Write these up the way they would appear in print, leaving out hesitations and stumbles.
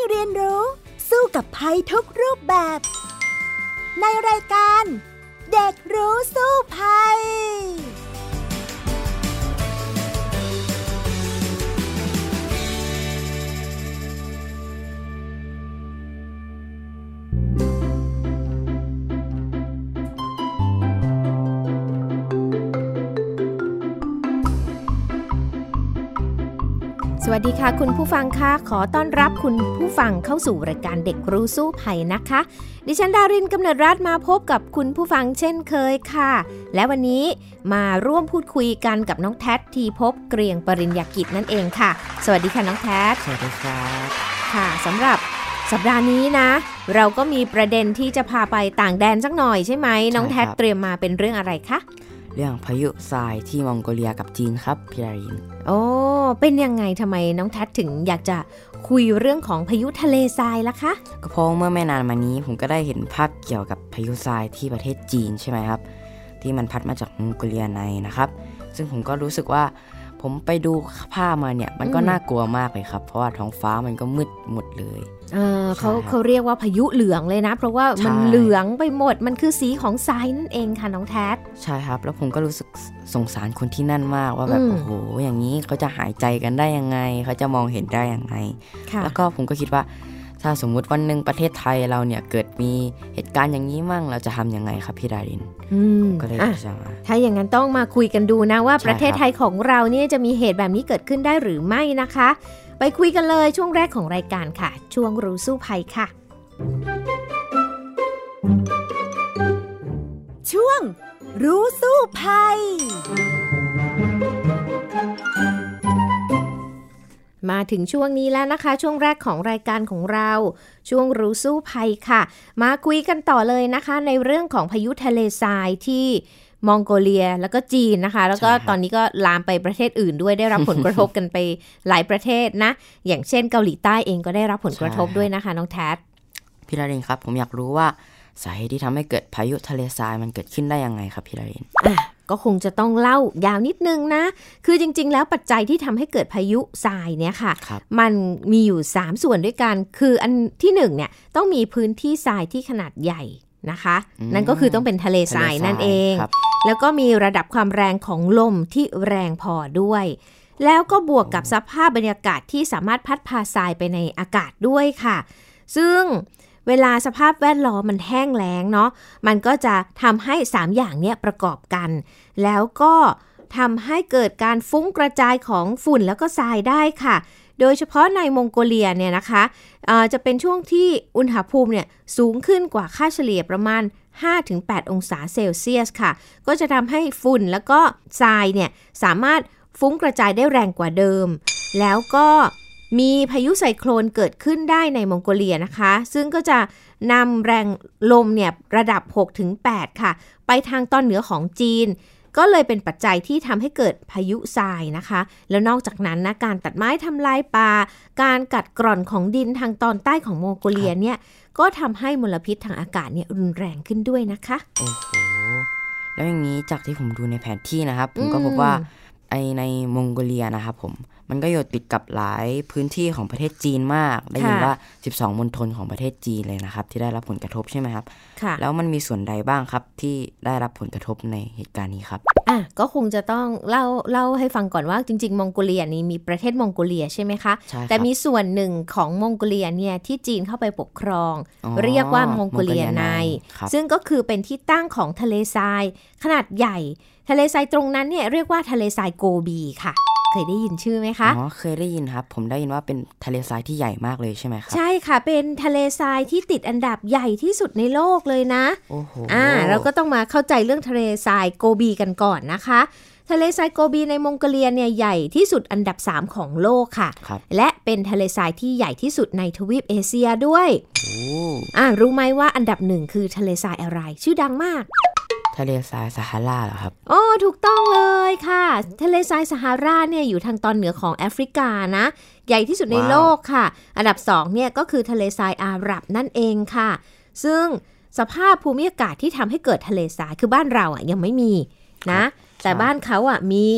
เรียนรู้สู้กับภัยทุกรูปแบบในรายการเด็กรู้สู้ภัยสวัสดีค่ะคุณผู้ฟังค่ะขอต้อนรับคุณผู้ฟังเข้าสู่รายการเด็กรู้สู้ภัยนะคะดิฉันดารินกำเนิดรัตน์มาพบกับคุณผู้ฟังเช่นเคยค่ะและวันนี้มาร่วมพูดคุยกันกับน้องแท็ทีภพเกรียงปริญญากิจนั่นเองค่ะสวัสดีค่ะน้องแท็สวัสดีครับค่ะสำหรับสัปดาห์นี้นะเราก็มีประเด็นที่จะพาไปต่างแดนสักหน่อยใช่ไหมน้องแท็เตรียมมาเป็นเรื่องอะไรคะเรื่องพายุทรายที่มองโกเลียกับจีนครับพี่ดารินโอ้เป็นยังไงทำไมน้องแท็ถึงอยากจะคุยเรื่องของพายุทะเลทรายล่ะคะก็เพราะเมื่อไม่นานมานี้ผมก็ได้เห็นภาพเกี่ยวกับพายุทรายที่ประเทศจีนใช่ไหมครับที่มันพัดมาจากมองโกเลียในนะครับซึ่งผมก็รู้สึกว่าผมไปดูภาพมาเนี่ยมันก็น่ากลัวมากเลยครับเพราะว่าท้องฟ้ามันก็มืดหมดเลยเขาเรียกว่าพายุเหลืองเลยนะเพราะว่ามันเหลืองไปหมดมันคือสีของทรายนั่นเองค่ะน้องแท็ใช่ครับแล้วผมก็รู้สึกสงสารคนที่นั่นมากว่าแบบโอ้โหอย่างนี้เขาจะหายใจกันได้ยังไงเขาจะมองเห็นได้ยังไงแล้วก็ผมก็คิดว่าถ้าสมมุติวันนึงประเทศไทยเราเนี่ยเกิดมีเหตุการณ์อย่างนี้มั่งเราจะทำยังไงครับพี่ดารินก็เลยจะถ้าอย่างนั้นต้องมาคุยกันดูนะว่าประเทศไทยของเราเนี่ยจะมีเหตุแบบนี้เกิดขึ้นได้หรือไม่นะคะไปคุยกันเลยช่วงแรกของรายการค่ะช่วงรู้สู้ภัยค่ะช่วงรู้สู้ภัยมาถึงช่วงนี้แล้วนะคะช่วงแรกของรายการของเราช่วงรู้สู้ภัยค่ะมาคุยกันต่อเลยนะคะในเรื่องของพายุทะเลทรายที่มองโกเลียแล้วก็จีนนะคะแล้วก็ตอนนี้ก็ลามไปประเทศอื่นด้วยได้รับผลกระทบกันไปหลายประเทศนะอย่างเช่นเกาหลีใต้เองก็ได้รับผลกระทบด้วยนะคะน้องแท็พี่ดารินครับผมอยากรู้ว่าสาเหตุที่ทำให้เกิดพายุทะเลทรายมันเกิดขึ้นได้ยังไงครับพี่ดารินก็คงจะต้องเล่ายาวนิดนึงนะคือจริงๆแล้วปัจจัยที่ทำให้เกิดพายุทรายเนี่ยค่ะมันมีอยู่3ส่วนด้วยกันคืออันที่1เนี่ยต้องมีพื้นที่ทรายที่ขนาดใหญ่นะคะนั่นก็คือต้องเป็นทะเลทรายนั่นเองแล้วก็มีระดับความแรงของลมที่แรงพอด้วยแล้วก็บวกกับสภาพบรรยากาศที่สามารถพัดพาทรายไปในอากาศด้วยค่ะซึ่งเวลาสภาพแวดล้อมมันแห้งแล้งเนาะมันก็จะทำให้3อย่างเนี้ยประกอบกันแล้วก็ทำให้เกิดการฟุ้งกระจายของฝุ่นแล้วก็ทรายได้ค่ะโดยเฉพาะในมองโกเลียเนี่ยนะคะจะเป็นช่วงที่อุณหภูมิเนี่ยสูงขึ้นกว่าค่าเฉลี่ยประมาณ 5-8 องศาเซลเซียสค่ะก็จะทำให้ฝุ่นแล้วก็ทรายเนี่ยสามารถฟุ้งกระจายได้แรงกว่าเดิมแล้วก็มีพายุไซโคลนเกิดขึ้นได้ในมองโกเลียนะคะซึ่งก็จะนำแรงลมเนี่ยระดับ 6-8 ค่ะไปทางตอนเหนือของจีนก็เลยเป็นปัจจัยที่ทำให้เกิดพายุทรายนะคะแล้วนอกจากนั้นนะการตัดไม้ทำลายป่าการกัดกร่อนของดินทางตอนใต้ของมองโกเลียเนี่ยก็ทำให้มลพิษทางอากาศเนี่ยรุนแรงขึ้นด้วยนะคะโอ้โหแล้วอย่างนี้จากที่ผมดูในแผนที่นะครับผมก็พบว่าในมองโกเลียนะครับผมมันก็อยู่ติดกับหลายพื้นที่ของประเทศจีนมากได้ยินว่า12มณฑลของประเทศจีนเลยนะครับที่ได้รับผลกระทบใช่ไหมครับแล้วมันมีส่วนใดบ้างครับที่ได้รับผลกระทบในเหตุการณ์นี้ครับก็คงจะต้องเล่าให้ฟังก่อนว่าจริงๆมองโกเลียนี่มีประเทศมองโกเลียใช่ไหมคะแต่มีส่วนหนึ่งของมองโกเลียเนี่ยที่จีนเข้าไปปกครองเรียกว่ามองโกเลียในซึ่งก็คือเป็นที่ตั้งของทะเลทรายขนาดใหญ่ทะเลทรายตรงนั้นเนี่ยเรียกว่าทะเลทรายโกบีค่ะเคยได้ยินชื่อไหมคะเคยได้ยินครับผมได้ยินว่าเป็นทะเลทรายที่ใหญ่มากเลยใช่ไหมครับใช่ค่ะเป็นทะเลทรายที่ติดอันดับใหญ่ที่สุดในโลกเลยนะโอ้โหเราก็ต้องมาเข้าใจเรื่องทะเลทรายโกบีกันก่อนนะคะทะเลทรายโกบีในมองโกเลียเนี่ยใหญ่ที่สุดอันดับ3ของโลกค่ะและเป็นทะเลทรายที่ใหญ่ที่สุดในทวีปเอเชียด้วยรู้ไหมว่าอันดับ1คือทะเลทรายอะไรชื่อดังมากทะเลทรายซาฮาราเหรอครับถูกต้องเลยค่ะทะเลทรายซาฮาราเนี่ยอยู่ทางตอนเหนือของแอฟริกานะใหญ่ที่สุดในโลกค่ะอันดับ2เนี่ยก็คือทะเลทรายอาหรับนั่นเองค่ะซึ่งสภาพภูมิอากาศที่ทำให้เกิดทะเลทรายคือบ้านเรายังไม่มีนะแต่บ้านเขามี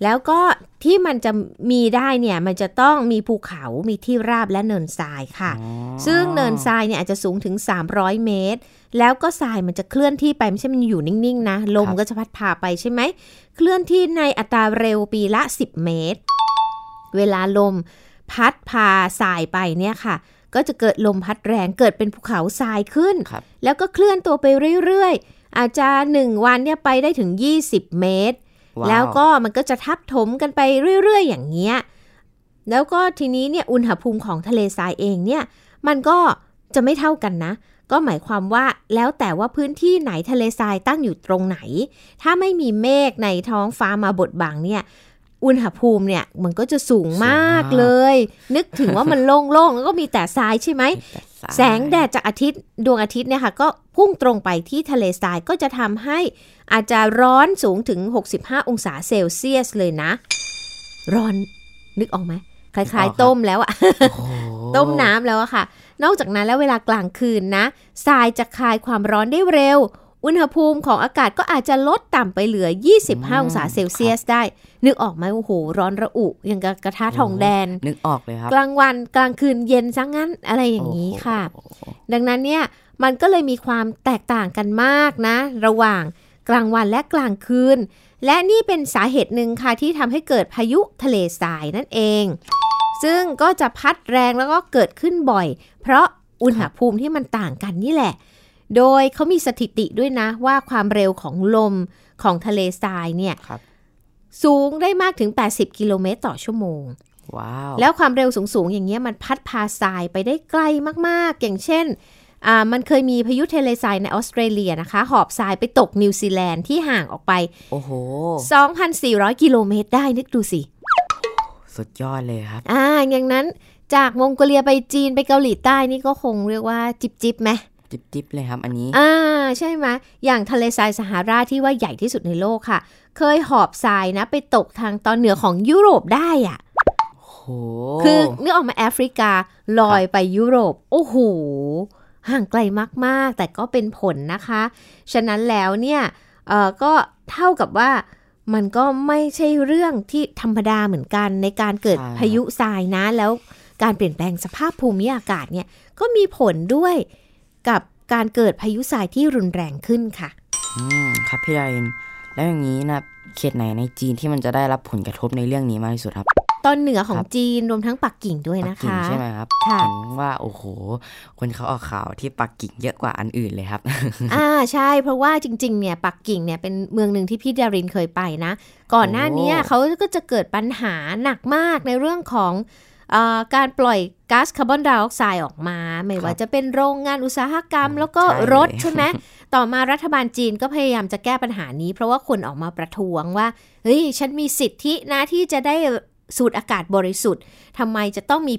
แล้วก็ที่มันจะมีได้เนี่ยมันจะต้องมีภูเขามีที่ราบและเนินทรายค่ะซึ่งเนินทรายเนี่ยอาจจะสูงถึง300เมตรแล้วก็ทรายมันจะเคลื่อนที่ไปไม่ใช่มันอยู่นิ่งๆนะลมก็จะพัดพาไปใช่ไหมเคลื่อนที่ในอัตราเร็วปีละ10เมตรเวลาลมพัดพาทรายไปเนี่ยค่ะก็จะเกิดลมพัดแรงเกิดเป็นภูเขาทรายขึ้นแล้วก็เคลื่อนตัวไปเรื่อยๆอาจจะ1วันเนี่ยไปได้ถึง20เมตรแล้วก็มันก็จะทับถมกันไปเรื่อยๆอย่างเงี้ยแล้วก็ทีนี้เนี่ยอุณหภูมิของทะเลทรายเองเนี่ยมันก็จะไม่เท่ากันนะก็หมายความว่าแล้วแต่ว่าพื้นที่ไหนทะเลทรายตั้งอยู่ตรงไหนถ้าไม่มีเมฆในท้องฟ้ามาบดบังเนี่ยอุณหภูมิเนี่ยมันก็จะสูงมากเลยนึกถึงว่ามันโล่งๆแล้วก็มีแต่ทรายใช่ไหมแสงแดดจากอาทิตย์ดวงอาทิตย์เนี่ยค่ะก็พุ่งตรงไปที่ทะเลทรายก็จะทำให้อาจจะร้อนสูงถึง65องศาเซลเซียสเลยนะร้อนนึกออกไหมคล้ายๆต้มแล้วอะ ต้มน้ำแล้วอะค่ะนอกจากนั้นแล้วเวลากลางคืนนะทรายจะคายความร้อนได้เร็วอุณหภูมิของอากาศก็อาจจะลดต่ำไปเหลือ25องศาเซลเซียสได้นึกออกไหมโอ้โหร้อนระอุอย่างกับกระทะทองแดงนึกออกเลยครับกลางวันกลางคืนเย็นซะงั้นอะไรอย่างนี้ค่ะดังนั้นเนี่ยมันก็เลยมีความแตกต่างกันมากนะระหว่างกลางวันและกลางคืนและนี่เป็นสาเหตุหนึ่งค่ะที่ทำให้เกิดพายุทะเลทรายนั่นเองซึ่งก็จะพัดแรงแล้วก็เกิดขึ้นบ่อยเพราะอุณหภูมิที่มันต่างกันนี่แหละโดยเขามีสถิติด้วยนะว่าความเร็วของลมของทะเลทรายเนี่ยสูงได้มากถึง80กิโลเมตรต่อชั่วโมงว้าวแล้วความเร็วสูงๆอย่างเงี้ยมันพัดพาทรายไปได้ไกลมากๆอย่างเช่นมันเคยมีพายุทะเลทรายในออสเตรเลียนะคะหอบทรายไปตกนิวซีแลนด์ที่ห่างออกไปโอ้โห 2,400 กิโลเมตรได้นึกดูสิสุดยอดเลยครับอย่างนั้นจากมองโกเลียไปจีนไปเกาหลีใต้นี่ก็คงเรียกว่าจิบๆไหมจิบเลยครับอันนี้ใช่ไหมอย่างทะเลทรายซาฮาราที่ว่าใหญ่ที่สุดในโลกค่ะเคยหอบทรายนะไปตกทางตอนเหนือของยุโรปได้อ่ะคือนึกออกมาแอฟริกาลอยไปยุโรปโอ้โหห่างไกลมากๆแต่ก็เป็นผลนะคะฉะนั้นแล้วเนี่ยก็เท่ากับว่ามันก็ไม่ใช่เรื่องที่ธรรมดาเหมือนกันในการเกิดพายุทรายนะแล้วการเปลี่ยนแปลงสภาพภูมิอากาศเนี่ยก็มีผลด้วยกับการเกิดพายุทรายที่รุนแรงขึ้นค่ะครับพี่ดารินแล้วอย่างนี้นะเขตไหนในจีนที่มันจะได้รับผลกระทบในเรื่องนี้มากที่สุดครับตอนเหนือของจีนรวมทั้งปักกิ่งด้วยนะคะปักกิ่งใช่ไหมครับเห็นว่าโอ้โหคนเขาออกข่าวที่ปักกิ่งเยอะกว่าอันอื่นเลยครับใช่เพราะว่าจริงๆเนี่ยปักกิ่งเนี่ยเป็นเมืองหนึ่งที่พี่ดารินเคยไปนะก่อนหน้านี้เขาก็จะเกิดปัญหาหนักมากในเรื่องของการปล่อยก๊าซคาร์บอนไดออกไซด์ออกมาไม่ว่าจะเป็นโรงงานอุตสาหกรรมแล้วก็รถใช่ไหมต่อมารัฐบาลจีนก็พยายามจะแก้ปัญหานี้เพราะว่าคนออกมาประท้วงว่าเฮ้ยฉันมีสิทธินะที่จะได้สูดอากาศบริสุทธิ์ทำไมจะต้องมี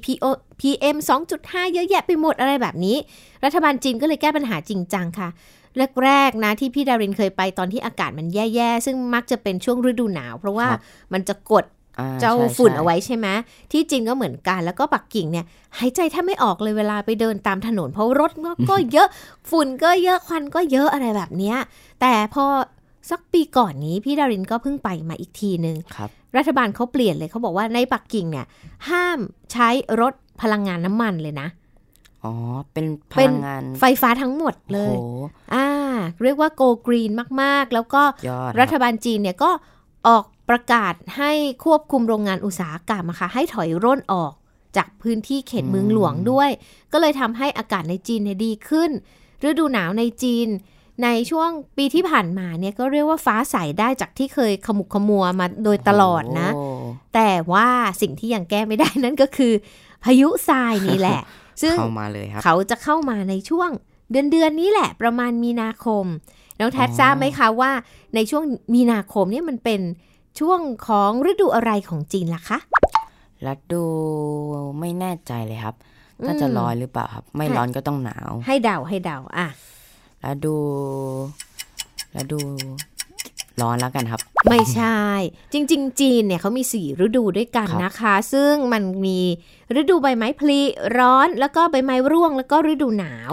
PM 2.5 เยอะแยะไปหมดอะไรแบบนี้รัฐบาลจีนก็เลยแก้ปัญหาจริงจังค่ะแรกๆนะที่พี่ดารินเคยไปตอนที่อากาศมันแย่ๆซึ่งมักจะเป็นช่วงฤดูหนาวเพราะว่ามันจะกดเจ้าฝุ่นเอาไว้ใช่ไหมที่จีนก็เหมือนกันแล้วก็ปักกิ่งเนี่ยหายใจแทบไม่ออกเลยเวลาไปเดินตามถนนเพราะรถก็เยอะฝุ่นก็เยอะควันก็เยอะอะไรแบบเนี้ยแต่พอสักปีก่อนนี้พี่ดารินก็เพิ่งไปมาอีกทีนึงรัฐบาลเขาเปลี่ยนเลยเขาบอกว่าในปักกิ่งเนี่ยห้ามใช้รถพลังงานน้ำมันเลยนะเป็นพลังงานไฟฟ้าทั้งหมดเลยเรียกว่า go green มากๆแล้วก็รัฐบาลจีนเนี่ยก็ออกประกาศให้ควบคุมโรงงานอุตสาหกรรมนะคะให้ถอยร่นออกจากพื้นที่เขตเมืองหลวงด้วยก็เลยทำให้อากาศในจีนเนี่ยดีขึ้นฤดูหนาวในจีนในช่วงปีที่ผ่านมาเนี่ยก็เรียกว่าฟ้าใสได้จากที่เคยขมุกขมัวมาโดยตลอดนะแต่ว่าสิ่งที่ยังแก้ไม่ได้นั่นก็คือพายุทรายนี่แหละซึ่ง เขาจะเข้ามาในช่วงเดือนนี้แหละประมาณมีนาคมน้องแทดทราบไหมคะว่าในช่วงมีนาคมเนี่ยมันเป็นช่วงของฤดูอะไรของจีนล่ะคะฤดูไม่แน่ใจเลยครับน่าจะร้อนหรือเปล่าครับไม่ร้อนก็ต้องหนาวให้เดาอ่ะฤดูร้อนแล้วกันครับไม่ใช่จริงๆจีนเนี่ยเขามี4ฤดูด้วยกันนะคะซึ่งมันมีฤดูใบไม้ผลิร้อนแล้วก็ใบไม้ร่วงแล้วก็ฤดูหนาว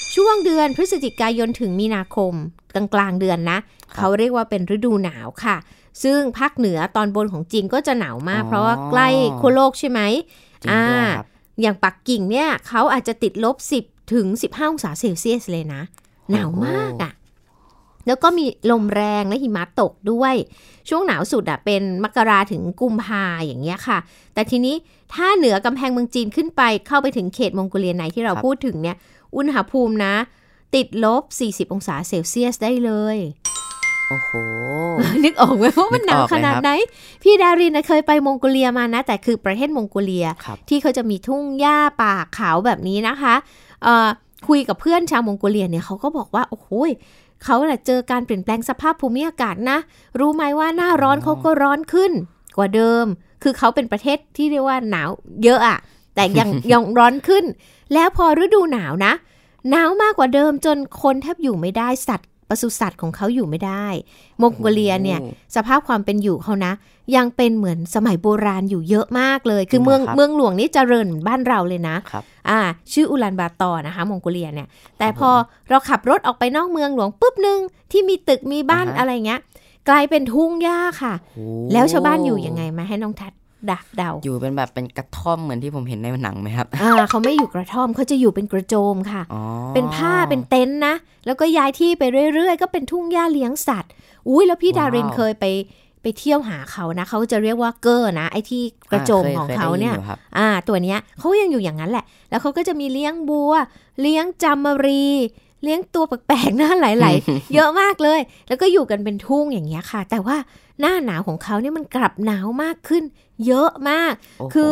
ช่วงเดือนพฤศจิกายนถึงมีนาคมกลางเดือนนะเขาเรียกว่าเป็นฤดูหนาวค่ะซึ่งภาคเหนือตอนบนของจีนก็จะหนาวมากเพราะว่าใกล้ขั้วโลกใช่ไหมอย่างปักกิ่งเนี่ยเขาอาจจะติดลบ10ถึง15องศาเซลเซียสเลยนะหนาวมากอ่ะแล้วก็มีลมแรงและหิมะตกด้วยช่วงหนาวสุดเป็นมกราถึงกุมภาอย่างเงี้ยค่ะแต่ทีนี้ถ้าเหนือกำแพงเมืองจีนขึ้นไปเข้าไปถึงเขตมองโกเลียในที่เราพูดถึงเนี่ยอุณหภูมินะติดลบ40องศาเซลเซียสได้เลยโอ้โหนึกออกไหมว่ามันหนาวขนาดไหนพี่ดารินเคยไปมองโกเลียมานะแต่คือประเทศมองโกเลียที่เขาจะมีทุ่งหญ้าป่าขาวแบบนี้นะคะคุยกับเพื่อนชาวมองโกเลียเนี่ยเขาก็บอกว่าโอ้โหเขาเจอการเปลี่ยนแปลงสภาพภูมิอากาศนะรู้ไหมว่าหน้าร้อนเขาก็ร้อนขึ้นกว่าเดิมคือเขาเป็นประเทศที่เรียกว่าหนาวเยอะอะแต่ยังร้อนขึ้นแล้วพอฤดูหนาวนะหนาวมากกว่าเดิมจนคนแทบอยู่ไม่ได้สัตว์ปศุสัตว์ของเขาอยู่ไม่ได้มองโกเลียเนี่ยสภาพความเป็นอยู่เขานะยังเป็นเหมือนสมัยโบราณอยู่เยอะมากเลยคือเมืองหลวงนี่เจริญบ้านเราเลยนะชื่ออุลันบาตอร์นะคะมองโกเลียเนี่ยแต่พอเราขับรถออกไปนอกเมืองหลวงปุ๊บนึงที่มีตึกมีบ้านอะไรเงี้ยกลายเป็นทุ่งหญ้าค่ะแล้วชาวบ้านอยู่ยังไงมาให้น้องทัดเดาอยู่เป็นแบบเป็นกระท่อมเหมือนที่ผมเห็นในหนังไหมครับเขาไม่อยู่กระท่อมเขาจะอยู่เป็นกระโจมค่ะเป็นผ้าเป็นเต็นท์นะแล้วก็ย้ายที่ไปเรื่อยๆก็เป็นทุ่งหญ้าเลี้ยงสัตว์แล้วพี่ดารินเคยไปเที่ยวหาเขานะเขาจะเรียกว่าเกอร์นะไอ้ที่กระโจมของเขาเนี่ยตัวเนี้ยเขายังอยู่อย่างนั้นแหละแล้วเขาก็จะมีเลี้ยงบัวเลี้ยงจามรีเลี้ยงตัวแปลกๆหน้าไหลๆ เยอะมากเลยแล้วก็อยู่กันเป็นทุ่งอย่างเงี้ยค่ะแต่ว่าหน้าหนาวของเขาเนี่ยมันกลับหนาวมากขึ้นเยอะมากคือ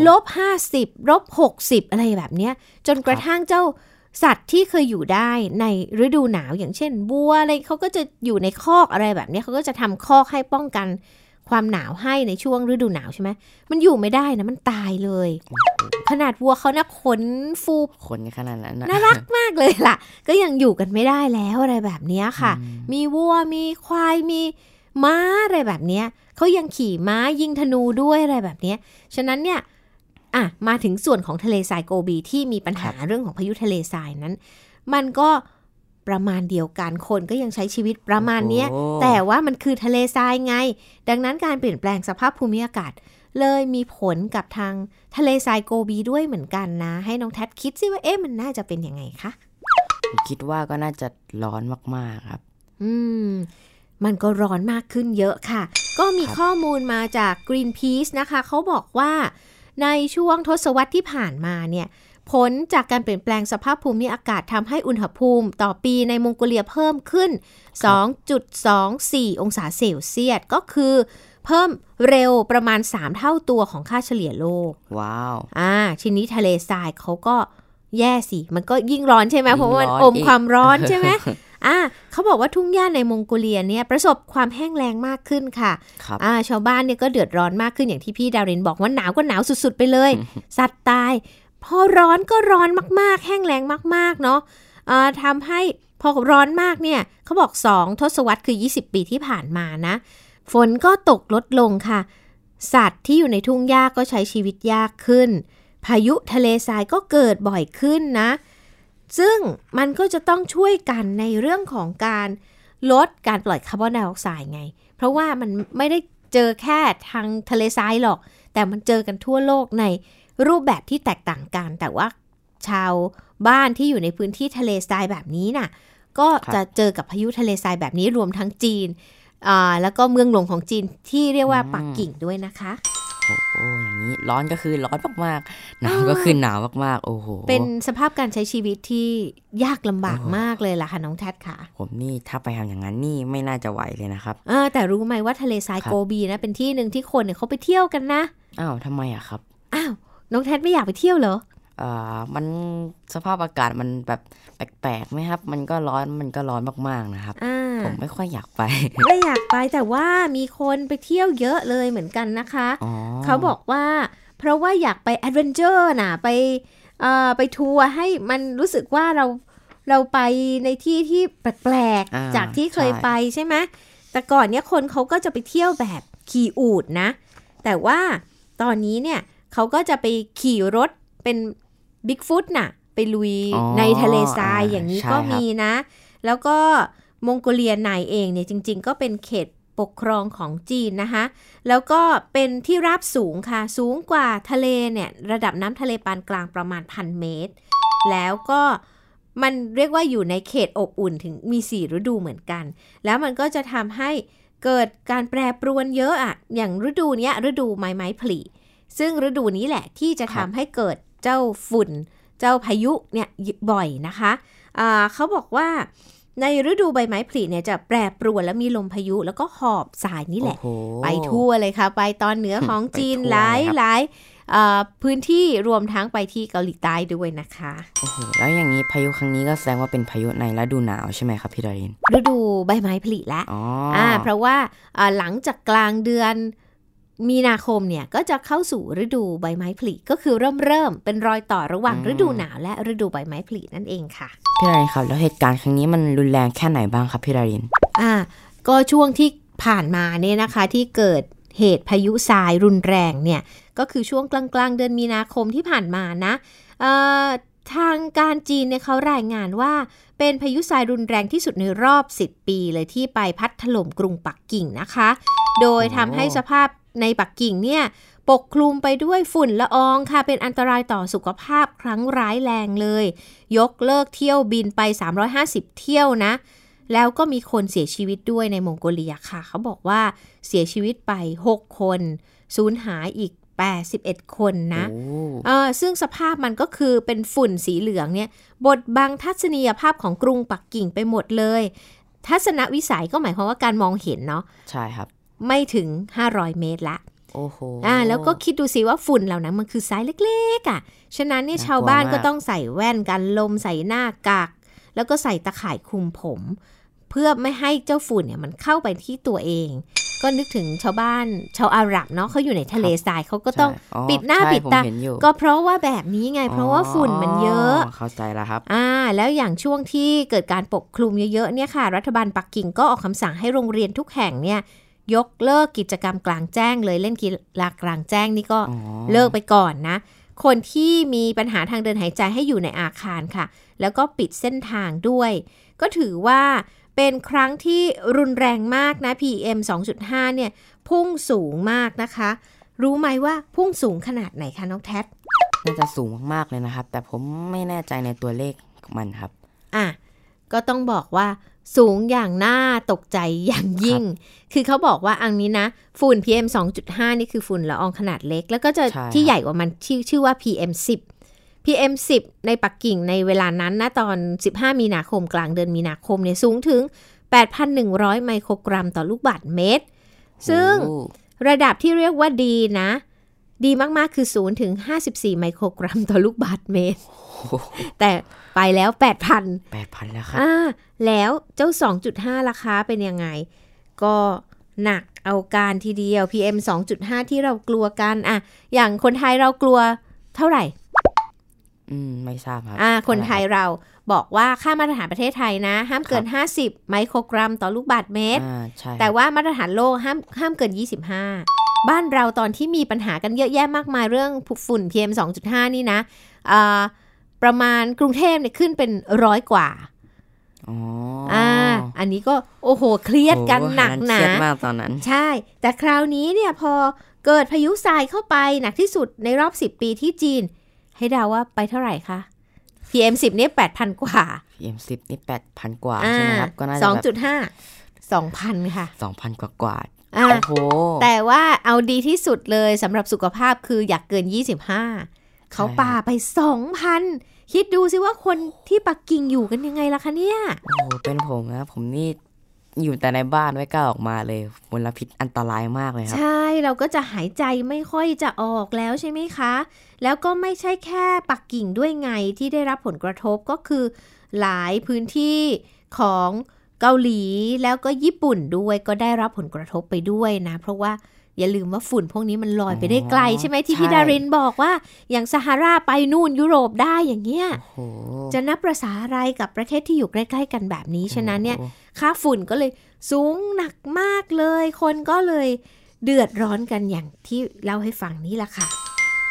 -50 -60อะไรแบบเนี้ยจนกระทั่งเจ้าสัตว์ที่เคยอยู่ได้ในฤดูหนาวอย่างเช่นบัวอะไรเขาก็จะอยู่ในคอกอะไรแบบนี้เขาก็จะทำคอกให้ป้องกันความหนาวให้ในช่วงฤดูหนาวใช่ไหมมันอยู่ไม่ได้นะมันตายเลยขนาดวัวเขานะขนฟูขนขนาดนั้นน่ารักมากเลยล่ะก็ยังอยู่กันไม่ได้แล้วอะไรแบบนี้ค่ะมีวัวมีควายมีม้าอะไรแบบนี้เขายังขี่ม้ายิงธนูด้วยอะไรแบบนี้ฉะนั้นเนี่ยมาถึงส่วนของทะเลทรายโกบีที่มีปัญหาเรื่องของพายุทะเลทรายนั้นมันก็ประมาณเดียวกันคนก็ยังใช้ชีวิตประมาณนี้แต่ว่ามันคือทะเลทรายไงดังนั้นการเปลี่ยนแปลงสภาพภูมิอากาศเลยมีผลกับทางทะเลทรายโกบีด้วยเหมือนกันนะให้น้องแทดคิดสิว่ามันน่าจะเป็นยังไงคะผมคิดว่าก็น่าจะร้อนมากๆครับมันก็ร้อนมากขึ้นเยอะค่ะก็มีข้อมูลมาจาก Greenpeace นะคะเขาบอกว่าในช่วงทศวรรษที่ผ่านมาเนี่ยผลจากการเปลี่ยนแปลงสภาพภูมิอากาศทำให้อุณหภูมิต่อปีในมองโกเลียเพิ่มขึ้น 2.24 องศาเซลเซียสก็คือเพิ่มเร็วประมาณ3เท่าตัวของค่าเฉลี่ยโลกว้าวทีนี้ทะเลทรายเขาก็แย่สิมันก็ยิ่งร้อนใช่ไหมเพราะว่ามันอมความร้อนใช่ไหมเขาบอกว่าทุ่งหญ้าในมองโกเลียเนี่ยประสบความแห้งแล้งมากขึ้นค่ะชาวบ้านเนี่ยก็เดือดร้อนมากขึ้นอย่างที่พี่ดารินบอกว่าหนาวก็หนาวสุดๆไปเลย สัตว์ตายพอร้อนก็ร้อนมากๆแห้งแล้งมากๆเนาะทำให้พอร้อนมากเนี่ยเขาบอก2ทศวรรษคือ20ปีที่ผ่านมานะฝนก็ตกลดลงค่ะสัตว์ที่อยู่ในทุ่งหญ้าก็ใช้ชีวิตยากขึ้นพายุทะเลทรายก็เกิดบ่อยขึ้นนะซึ่งมันก็จะต้องช่วยกันในเรื่องของการลดการปล่อยคาร์บอนไดออกไซด์ไงเพราะว่ามันไม่ได้เจอแค่ทางทะเลทรายหรอกแต่มันเจอกันทั่วโลกในรูปแบบที่แตกต่างกันแต่ว่าชาวบ้านที่อยู่ในพื้นที่ทะเลทรายแบบนี้น่ะก็จะเจอกับพายุทะเลทรายแบบนี้รวมทั้งจีนแล้วก็เมืองหลวงของจีนที่เรียกว่าปักกิ่งด้วยนะคะโอ้อย่างนี้ร้อนก็คือร้อนมากๆหนาวก็คือหนาวมากๆโอ้โหเป็นสภาพการใช้ชีวิตที่ยากลำบากมากเลยล่ะค่ะน้องแทดค่ะผมนี่ถ้าไปทำอย่างนั้นนี่ไม่น่าจะไหวเลยนะครับแต่รู้ไหมว่าทะเลทรายโกบีนะเป็นที่นึงที่คนเนี่ยเขาไปเที่ยวกันนะทำไมอะครับน้องแทดไม่อยากไปเที่ยวเหรอมันสภาพอากาศมันแบบแปลกๆไหมครับมันก็ร้อนมากๆนะครับผมไม่ค่อยอยากไปไม่อยากไปแต่ว่ามีคนไปเที่ยวเยอะเลยเหมือนกันนะคะเขาบอกว่าเพราะว่าอยากไปแอดเวนเจอร์นะไปทัวร์ให้มันรู้สึกว่าเราไปในที่ที่แปลกๆจากที่เคยไปใช่ไหมแต่ก่อนเนี้ยคนเขาก็จะไปเที่ยวแบบขี่อูฐนะแต่ว่าตอนนี้เนี่ยเขาก็จะไปขี่รถเป็นบิ๊กฟุตน่ะไปไปลุยในทะเลทรายอย่างนี้ก็มีนะแล้วก็มองโกเลียในเองเนี่ยจริงๆก็เป็นเขตปกครองของจีนนะคะแล้วก็เป็นที่ราบสูงค่ะสูงกว่าทะเลเนี่ยระดับน้ำทะเลปานกลางประมาณ 1,000 เมตรแล้วก็มันเรียกว่าอยู่ในเขตอบอุ่นถึงมี4ฤดูเหมือนกันแล้วมันก็จะทำให้เกิดการแปรปรวนเยอะอ่ะอย่างฤดูนี้ฤดูใบไม้ผลิซึ่งฤดูนี้แหละที่จะทำให้เกิดเจ้าฝุ่นเจ้าพายุเนี่ยบ่อยนะคะเขาบอกว่าในฤดูใบไม้ผลิเนี่ยจะแปรปรวนแล้วมีลมพายุแล้วก็หอบทรายนี่แหละไปทั่วเลยค่ะไปตอนเหนือของจีนหลายพื้นที่รวมทั้งไปที่เกาหลีใต้ด้วยนะคะโอ้โหแล้วอย่างนี้พายุครั้งนี้ก็แสดงว่าเป็นพายุในฤดูหนาวใช่ไหมครับพี่ดารินฤดูใบไม้ผลิแล้วเพราะว่าหลังจากกลางเดือนมีนาคมเนี่ยก็จะเข้าสู่ฤดูใบไม้ผลิก็คือเริ่มเป็นรอยต่อระหว่างฤดูหนาวและฤดูใบไม้ผลินั่นเองค่ะพี่ดารินครับแล้วเหตุการณ์ครั้งนี้มันรุนแรงแค่ไหนบ้างครับพี่ดารินก็ช่วงที่ผ่านมาเนี่ยนะคะที่เกิดเหตุพายุทรายรุนแรงเนี่ยก็คือช่วงกลางเดือนมีนาคมที่ผ่านมานะทางการจีนเนี่ยเขารายงานว่าเป็นพายุทรายรุนแรงที่สุดในรอบ10 ปีเลยที่ไปพัดถล่มกรุงปักกิ่งนะคะโดยทำให้สภาพในปักกิ่งเนี่ยปกคลุมไปด้วยฝุ่นละอองค่ะเป็นอันตรายต่อสุขภาพครั้งร้ายแรงเลยยกเลิกเที่ยวบินไป350เที่ยวนะแล้วก็มีคนเสียชีวิตด้วยในมองโกเลียค่ะเขาบอกว่าเสียชีวิตไป6คนสูญหายอีก81คนนะซึ่งสภาพมันก็คือเป็นฝุ่นสีเหลืองเนี่ยบดบังทัศนียภาพของกรุงปักกิ่งไปหมดเลยทัศนวิสัยก็หมายความว่าการมองเห็นเนาะใช่ครับไม่ถึง500 เมตรละโอ้โหแล้วก็คิดดูสิว่าฝุ่นเหล่านั้นมันคือไซส์เล็กๆฉะนั้นเนี่ยชาวบ้านก็ต้องใส่แว่นกันลมใส่หน้ากากแล้วก็ใส่ตะข่ายคลุมผมเพื่อไม่ให้เจ้าฝุ่นเนี่ยมันเข้าไปที่ตัวเองก็นึกถึงชาวบ้านชาวอาหรับเนาะเขาอยู่ในทะเลทรายเขาก็ต้องปิดหน้าปิดตาก็เพราะว่าแบบนี้ไงเพราะว่าฝุ่นมันเยอะเข้าใจแล้วครับแล้วอย่างช่วงที่เกิดการปกคลุมเยอะๆเนี่ยค่ะรัฐบาลปักกิ่งก็ออกคำสั่งให้โรงเรียนทุกแห่งเนี่ยยกเลิกกิจกรรมกลางแจ้งเลยเล่นกีฬากลางแจ้งนี่ก็เลิกไปก่อนนะคนที่มีปัญหาทางเดินหายใจให้อยู่ในอาคารค่ะแล้วก็ปิดเส้นทางด้วยก็ถือว่าเป็นครั้งที่รุนแรงมากนะ PM 2.5 เนี่ยพุ่งสูงมากนะคะรู้ไหมว่าพุ่งสูงขนาดไหนคะน้องแท็ดน่าจะสูงมากๆเลยนะครับแต่ผมไม่แน่ใจในตัวเลขมันครับก็ต้องบอกว่าสูงอย่างน่าตกใจอย่างยิ่งคือเขาบอกว่าอันนี้นะฝุ่น PM 2.5 นี่คือฝุ่นละอองขนาดเล็กแล้วก็จะที่ใหญ่กว่ามันชื่อว่า PM 10 ในปักกิ่งในเวลานั้นนะตอน15 มีนาคมกลางเดือนมีนาคมเนี่ยสูงถึง 8,100 ไมโครกรัมต่อลูกบาศก์เมตรซึ่งระดับที่เรียกว่าดีนะดีมากๆคือ0ถึง54 ไมโครกรัมต่อลูกบาศก์เมตรแต่ไปแล้ว 8,000 แล้วครับแล้วเจ้า 2.5 ราคาเป็นยังไงก็หนักเอาการทีเดียว PM 2.5 ที่เรากลัวกันอย่างคนไทยเรากลัวเท่าไหร่ไม่ทราบครับคนไทยเราบอกว่าค่ามาตรฐานประเทศไทยนะห้ามเกิน50ไมโครกรัมต่อลูกบาศก์เมตรแต่ว่ามาตรฐานโลกห้ามเกิน25บ้านเราตอนที่มีปัญหากันเยอะแยะมากมายเรื่องฝุ่น PM 2.5 นี่นะประมาณกรุงเทพเนี่ยขึ้นเป็น100 กว่าอันนี้ก็โอ้โหเครียดกันหนักหนาเครียดมากตอนนั้นใช่แต่คราวนี้เนี่ยพอเกิดพายุทรายเข้าไปหนักที่สุดในรอบ10 ปีที่จีนให้เดาว่าไปเท่าไหร่คะ PM 10นี่ 8,000 กว่า PM 10นี่ 8,000 กว่าใช่ไหมครับก็น่าจะ 2.5 2,000 ค่ะ 2,000 กว่าโอ้โหแต่ว่าเอาดีที่สุดเลยสำหรับสุขภาพคืออยากเกิน25เขาป่าไป 2,000 คิดดูสิว่าคนที่ปักกิ่งอยู่กันยังไงล่ะคะเนี่ยโอ้เป็นผมนะผมนี่อยู่แต่ในบ้านไม่กล้าออกมาเลยมลพิษอันตรายมากเลยครับใช่เราก็จะหายใจไม่ค่อยจะออกแล้วใช่ไหมคะแล้วก็ไม่ใช่แค่ปักกิ่งด้วยไงที่ได้รับผลกระทบก็คือหลายพื้นที่ของเกาหลีแล้วก็ญี่ปุ่นด้วยก็ได้รับผลกระทบไปด้วยนะเพราะว่าอย่าลืมว่าฝุ่นพวกนี้มันลอยไปได้ไกลใช่ไหมที่พี่ดารินบอกว่าอย่างซาฮาราไปนู่นยุโรปได้อย่างเงี้ยจะนับประสาอะไรกับประเทศที่อยู่ใกล้ๆกันแบบนี้ฉะนั้นเนี่ยค่าฝุ่นก็เลยสูงหนักมากเลยคนก็เลยเดือดร้อนกันอย่างที่เล่าให้ฟังนี่แหละค่ะ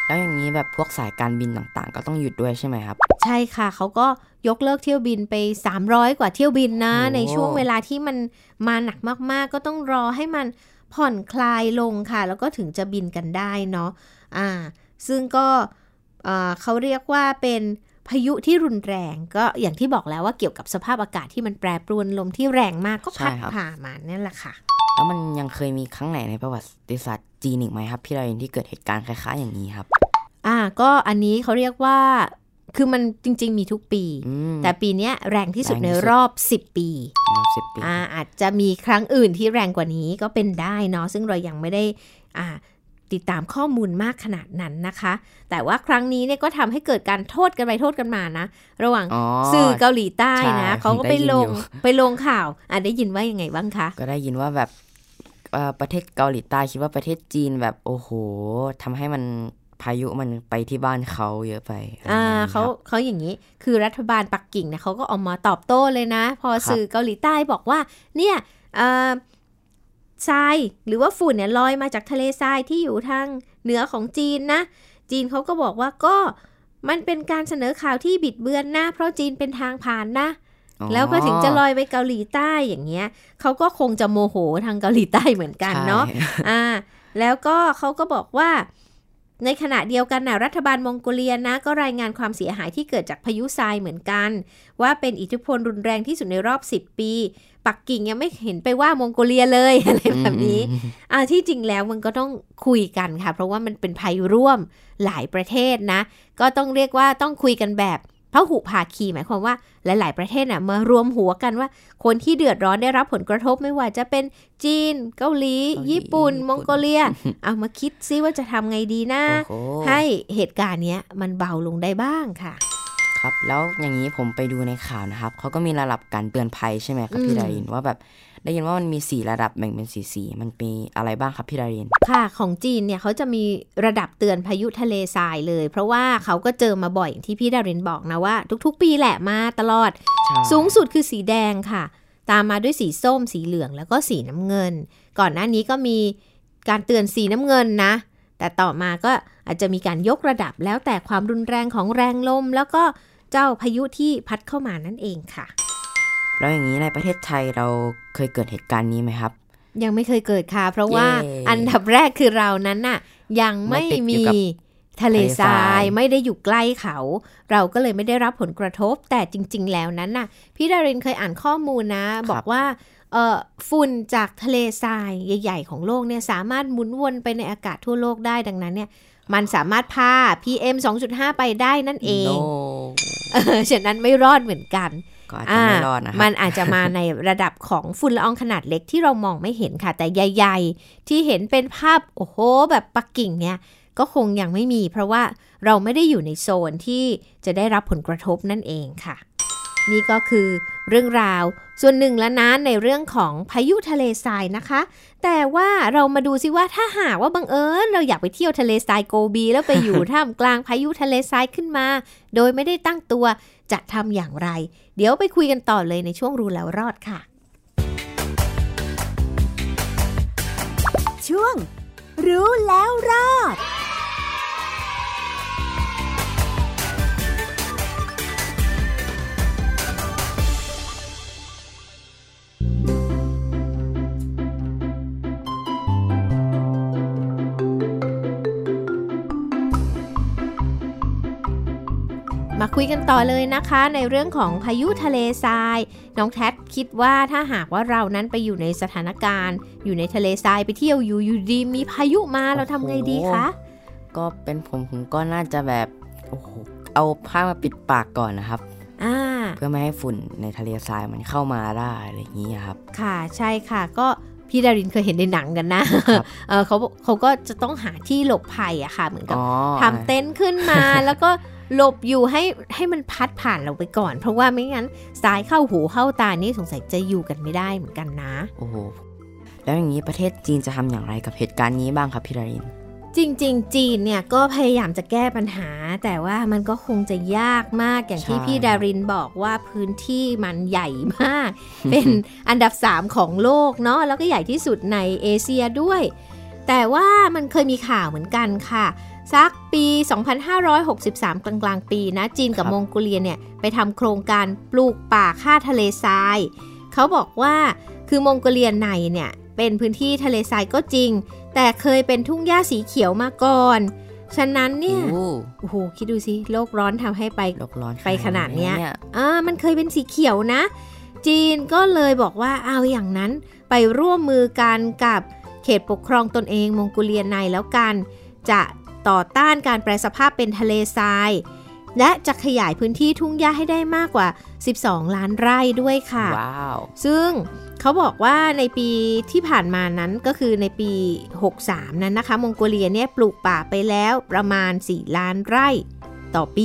แล้วอย่างนี้แบบพวกสายการบินต่างๆก็ต้องหยุดด้วยใช่ไหมครับใช่ค่ะเขาก็ยกเลิกเที่ยวบินไป300กว่าเที่ยวบินนะในช่วงเวลาที่มันมาหนักมากๆก็ต้องรอให้มันผ่อนคลายลงค่ะแล้วก็ถึงจะบินกันได้เนาะซึ่งก็เขาเรียกว่าเป็นพายุที่รุนแรงก็อย่างที่บอกแล้วว่าเกี่ยวกับสภาพอากาศที่มันแปรปรวนลมที่แรงมากก็พัดผ่านมานั่นแหละค่ะแล้วมันยังเคยมีครั้งไหนในประวัติศาสตร์จีนอีกไหมครับพี่ดารินที่เกิดเหตุการณ์คล้ายๆอย่างนี้ครับก็อันนี้เขาเรียกว่าคือมันจริงๆมีทุกปีแต่ปีนี้แรงที่สุดในรอบ10 ปีอาจจะมีครั้งอื่นที่แรงกว่านี้ก็เป็นได้เนาะซึ่งเรายังไม่ได้ติดตามข้อมูลมากขนาดนั้นนะคะแต่ว่าครั้งนี้เนี่ยก็ทำให้เกิดการโทษกันไปโทษกันมานะระหว่างสื่อเกาหลีใต้นะเขาก็ไปลงข่าวได้ยินว่ายังไงบ้างคะก็ได้ยินว่าแบบประเทศเกาหลีใต้คิดว่าประเทศจีนแบบโอ้โหทำให้มันพายุมันไปที่บ้านเขาเยอะไปเขาอย่างนี้คือรัฐบาลปักกิ่งเนี่ยเขาก็ออกมาตอบโต้เลยนะพอสื่อเกาหลีใต้บอกว่าเนี่ยทรายหรือว่าฝุ่นเนี่ยลอยมาจากทะเลทรายที่อยู่ทางเหนือของจีนนะจีนเขาก็บอกว่าก็มันเป็นการเสนอข่าวที่บิดเบือนนะเพราะจีนเป็นทางผ่านนะแล้วก็ถึงจะลอยไปเกาหลีใต้อย่างเงี้ยเขาก็คงจะโมโหทางเกาหลีใต้เหมือนกันเนาะแล้วก็เขาก็บอกว่าในขณะเดียวกันนะรัฐบาลมองโกเลียนะก็รายงานความเสียหายที่เกิดจากพายุทรายเหมือนกันว่าเป็นอิทธิพลรุนแรงที่สุดในรอบ10 ปีปักกิ่งยังไม่เห็นไปว่ามองโกเลียเลยอะไรแบบนี้ที่จริงแล้วมันก็ต้องคุยกันค่ะเพราะว่ามันเป็นภัยร่วมหลายประเทศนะก็ต้องเรียกว่าต้องคุยกันแบบพหุภาคีหมายความว่าหลายๆประเทศมารวมหัวกันว่าคนที่เดือดร้อนได้รับผลกระทบไม่ว่าจะเป็นจีนเกาหลีญี่ปุ่นมองโกเลียเอามาคิดซิว่าจะทำไงดีนะให้เหตุการณ์นี้มันเบาลงได้บ้างค่ะครับแล้วอย่างนี้ผมไปดูในข่าวนะครับเขาก็มีระดับการเตือนภัยใช่ไหมครับพี่ดารินว่าแบบได้ยินว่ามันมี4ระดับแบ่งเป็นสีมันมีอะไรบ้างครับพี่ดารินค่ะของจีนเนี่ยเขาจะมีระดับเตือนพายุทะเลทรายเลยเพราะว่าเขาก็เจอมาบ่อยอย่างที่พี่ดารินบอกนะว่าทุกๆปีแหละมาตลอดสูงสุดคือสีแดงค่ะตามมาด้วยสีส้มสีเหลืองแล้วก็สีน้ำเงินก่อนหน้านี้ก็มีการเตือนสีน้ำเงินนะแต่ต่อมาก็อาจจะมีการยกระดับแล้วแต่ความรุนแรงของแรงลมแล้วก็เจ้าพายุที่พัดเข้ามานั่นเองค่ะแล้วอย่างนี้ในประเทศไทยเราเคยเกิดเหตุการณ์นี้ไหมครับยังไม่เคยเกิดค่ะเพราะว่าอันดับแรกคือเรานั้นน่ะยังไม่มีทะเลทรายไม่ได้อยู่ใกล้เขาเราก็เลยไม่ได้รับผลกระทบแต่จริงๆแล้วนั้นน่ะพี่ดารินเคยอ่านข้อมูลนะบอกว่าฝุ่นจากทะเลทรายใหญ่ๆของโลกเนี่ยสามารถหมุนวนไปในอากาศทั่วโลกได้ดังนั้นเนี่ยมันสามารถพา PM 2.5 ไปได้นั่นเองฉะนั้นไม่รอดเหมือนกันก็อาจจะไม่รอดนะครับมันอาจจะมาในระดับของฝุ่นละอองขนาดเล็กที่เรามองไม่เห็นค่ะแต่ใหญ่ๆที่เห็นเป็นภาพโอ้โหแบบปักกิ่งเนี่ยก็คงยังไม่มีเพราะว่าเราไม่ได้อยู่ในโซนที่จะได้รับผลกระทบนั่นเองค่ะนี่ก็คือเรื่องราวส่วนหนึ่งแล้วนะในเรื่องของพายุทะเลทรายนะคะแต่ว่าเรามาดูซิว่าถ้าหากว่าบังเอิญเราอยากไปเที่ยวทะเลทรายโกบีแล้วไปอยู่ ท่ามกลางพายุทะเลทรายขึ้นมาโดยไม่ได้ตั้งตัวจะทำอย่างไรเดี๋ยวไปคุยกันต่อเลยในช่วงรู้แล้วรอดค่ะช่วงรู้แล้วรอดมาคุยกันต่อเลยนะคะในเรื่องของพายุทะเลทรายน้องแท็คิดว่าถ้าหากว่าเรานั้นไปอยู่ในสถานการณ์อยู่ในทะเลทรายไปเที่ยวอยู่ดีมีพายุมาเราทำไงดีคะก็เป็นผมก็น่าจะแบบโอ้โหเอาผ้ามาปิดปากก่อนนะครับเพื่อไม่ให้ฝุ่นในทะเลทรายมันเข้ามาได้อะไรอย่างนี้ครับค่ะใช่ค่ะก็พี่ดารินเคยเห็นในหนังกันนะเขาก็จะต้องหาที่หลบภัยอะค่ะเหมือนกับทำเต็นท์ขึ้นมา แล้วก็หลบอยู่ให้มันพัดผ่านเราไปก่อนเพราะว่าไม่งั้นสายเข้าหูเข้าตานี่สงสัยจะอยู่กันไม่ได้เหมือนกันนะโอ้โหแล้วอย่างนี้ประเทศจีนจะทำอย่างไรกับเหตุการณ์นี้บ้างครับพี่ดารินจริงๆจีนเนี่ยก็พยายามจะแก้ปัญหาแต่ว่ามันก็คงจะยากมากอย่างที่พี่ดารินบอกว่าพื้นที่มันใหญ่มาก เป็นอันดับ3ของโลกเนาะแล้วก็ใหญ่ที่สุดในเอเชียด้วยแต่ว่ามันเคยมีข่าวเหมือนกันค่ะสักปี 2563 กลางๆปีนะจีนกับมองโกเลียเนี่ยไปทำโครงการปลูกป่าฆ่าทะเลทรายเขาบอกว่าคือมองโกเลียในเนี่ยเป็นพื้นที่ทะเลทรายก็จริงแต่เคยเป็นทุ่งหญ้าสีเขียวมาก่อนฉะนั้นเนี่ยโอ้โหคิดดูสิโลกร้อนทำให้ไปขนาดเนี้ยมันเคยเป็นสีเขียวนะจีนก็เลยบอกว่าเอาอย่างนั้นไปร่วมมือกันกับเขตปกครองตนเองมองโกเลียในแล้วกันจะต่อต้านการแปรสภาพเป็นทะเลทรายและจะขยายพื้นที่ทุ่งหญ้าให้ได้มากกว่า12ล้านไร่ด้วยค่ะ wow. ซึ่งเขาบอกว่าในปีที่ผ่านมานั้นก็คือในปี63นั้นนะคะมองโกเลียเนี่ยปลูกป่าไปแล้วประมาณ4ล้านไร่ต่อปี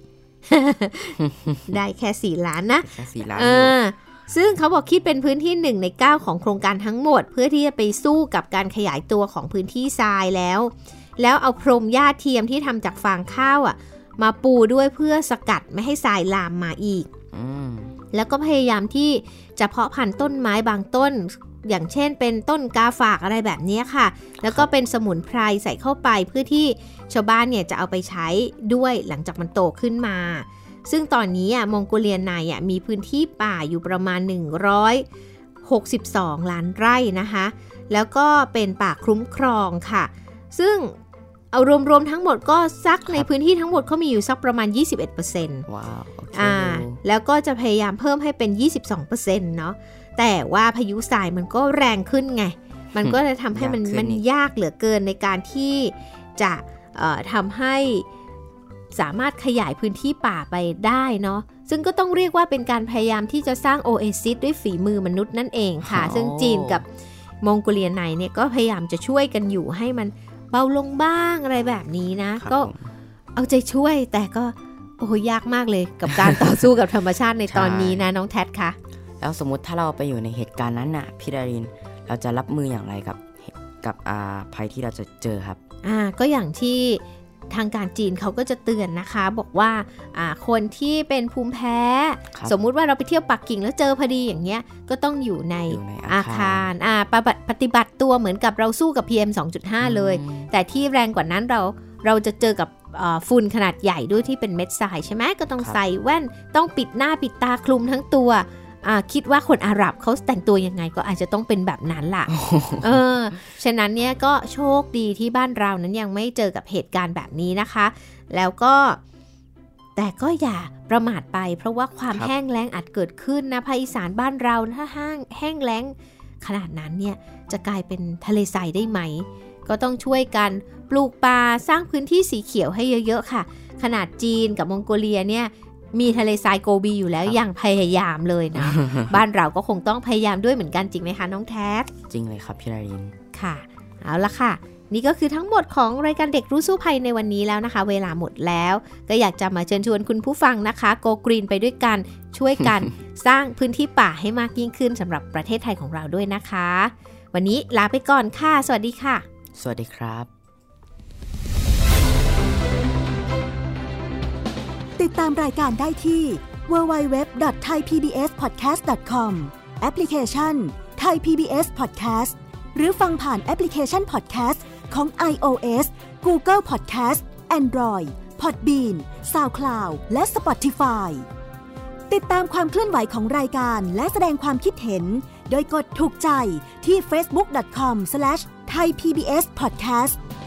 ได้แค่4ล้านนะแค่4ล้านซึ่งเขาบอกคิดเป็นพื้นที่1ใน9ของโครงการทั้งหมดเพื่อที่จะไปสู้กับการขยายตัวของพื้นที่ทรายแล้วเอาพรมหญ้าเทียมที่ทำจากฟางข้าวมาปูด้วยเพื่อสกัดไม่ให้ทรายลามมาอีกแล้วก็พยายามที่จะเพาะพันธุ์ต้นไม้บางต้นอย่างเช่นเป็นต้นกาฝากอะไรแบบนี้ค่ะแล้วก็เป็นสมุนไพรใส่เข้าไปเพื่อที่ชาวบ้านเนี่ยจะเอาไปใช้ด้วยหลังจากมันโตขึ้นมาซึ่งตอนนี้มองโกเลียในมีพื้นที่ป่าอยู่ประมาณ162ล้านไร่นะคะแล้วก็เป็นป่าคุ้มครองค่ะซึ่งเอารวมๆทั้งหมดก็ซักในพื้นที่ทั้งหมดเขามีอยู่สักประมาณ 21% ว้าวแล้วก็จะพยายามเพิ่มให้เป็น 22% เนาะแต่ว่าพายุทรายมันก็แรงขึ้นไงมันก็จะทำให้มันยากเหลือเกินในการที่จะทำให้สามารถขยายพื้นที่ป่าไปได้เนาะซึ่งก็ต้องเรียกว่าเป็นการพยายามที่จะสร้างโอเอซิสด้วยฝีมือมนุษย์นั่นเองค่ะซึ่งจีนกับมองโกเลียในเนี่ยก็พยายามจะช่วยกันอยู่ให้มันเบาลงบ้างอะไรแบบนี้นะก็เอาใจช่วยแต่ก็โอ้ยากมากเลยกับการต่อสู้กับธรรมชาติในตอนนี้นะน้องแท็ดคะแล้วสมมุติถ้าเราไปอยู่ในเหตุการณ์นั้นน่ะพี่ดารินเราจะรับมืออย่างไรกับภัยที่เราจะเจอครับก็อย่างที่ทางการจีนเขาก็จะเตือนนะคะบอกว่าคนที่เป็นภูมิแพ้สมมุติว่าเราไปเที่ยวปักกิ่งแล้วเจอพอดีอย่างเงี้ยก็ต้องอยู่ในอาคารปฏิบัติตัวเหมือนกับเราสู้กับ PM 2.5 เลยแต่ที่แรงกว่านั้นเราจะเจอกับฝุ่นขนาดใหญ่ด้วยที่เป็นเม็ดทรายใช่ไหมก็ต้องใส่แว่นต้องปิดหน้าปิดตาคลุมทั้งตัวคิดว่าคนอาหรับเขาแต่งตัวยังไงก็อาจจะต้องเป็นแบบนั้นล่ะ ฉะนั้นเนี่ยก็โชคดีที่บ้านเรานั้นยังไม่เจอกับเหตุการณ์แบบนี้นะคะแล้วก็แต่ก็อย่าประมาทไปเพราะว่าความแห้งแล้งอาจเกิดขึ้นนะภาคอีสานบ้านเราถ้าแห้งแล้งขนาดนั้นเนี่ยจะกลายเป็นทะเลทรายได้ไหมก็ต้องช่วยกันปลูกป่าสร้างพื้นที่สีเขียวให้เยอะๆค่ะขนาดจีนกับมองโกเลียเนี่ยมีทะเลทรายโกบีอยู่แล้วยังพยายามเลยนะ บ้านเราก็คงต้องพยายามด้วยเหมือนกันจริงไหมคะน้องแท็บจริงเลยครับพี่ดารินค่ะเอาละค่ะนี่ก็คือทั้งหมดของรายการเด็กรู้สู้ภัยในวันนี้แล้วนะคะเวลาหมดแล้วก็อยากจะมาเชิญชวนคุณผู้ฟังนะคะโกกรีนไปด้วยกันช่วยกัน สร้างพื้นที่ป่าให้มากยิ่งขึ้นสำหรับประเทศไทยของเราด้วยนะคะวันนี้ลาไปก่อนค่ะสวัสดีค่ะสวัสดีครับติดตามรายการได้ที่ www.thaipbspodcast.com แอปพลิเคชัน Thai PBS Podcast หรือฟังผ่านแอปพลิเคชัน Podcast ของ iOS Google Podcast Android Podbean SoundCloud และ Spotify ติดตามความเคลื่อนไหวของรายการและแสดงความคิดเห็นโดยกดถูกใจที่ facebook.com/thaipbspodcast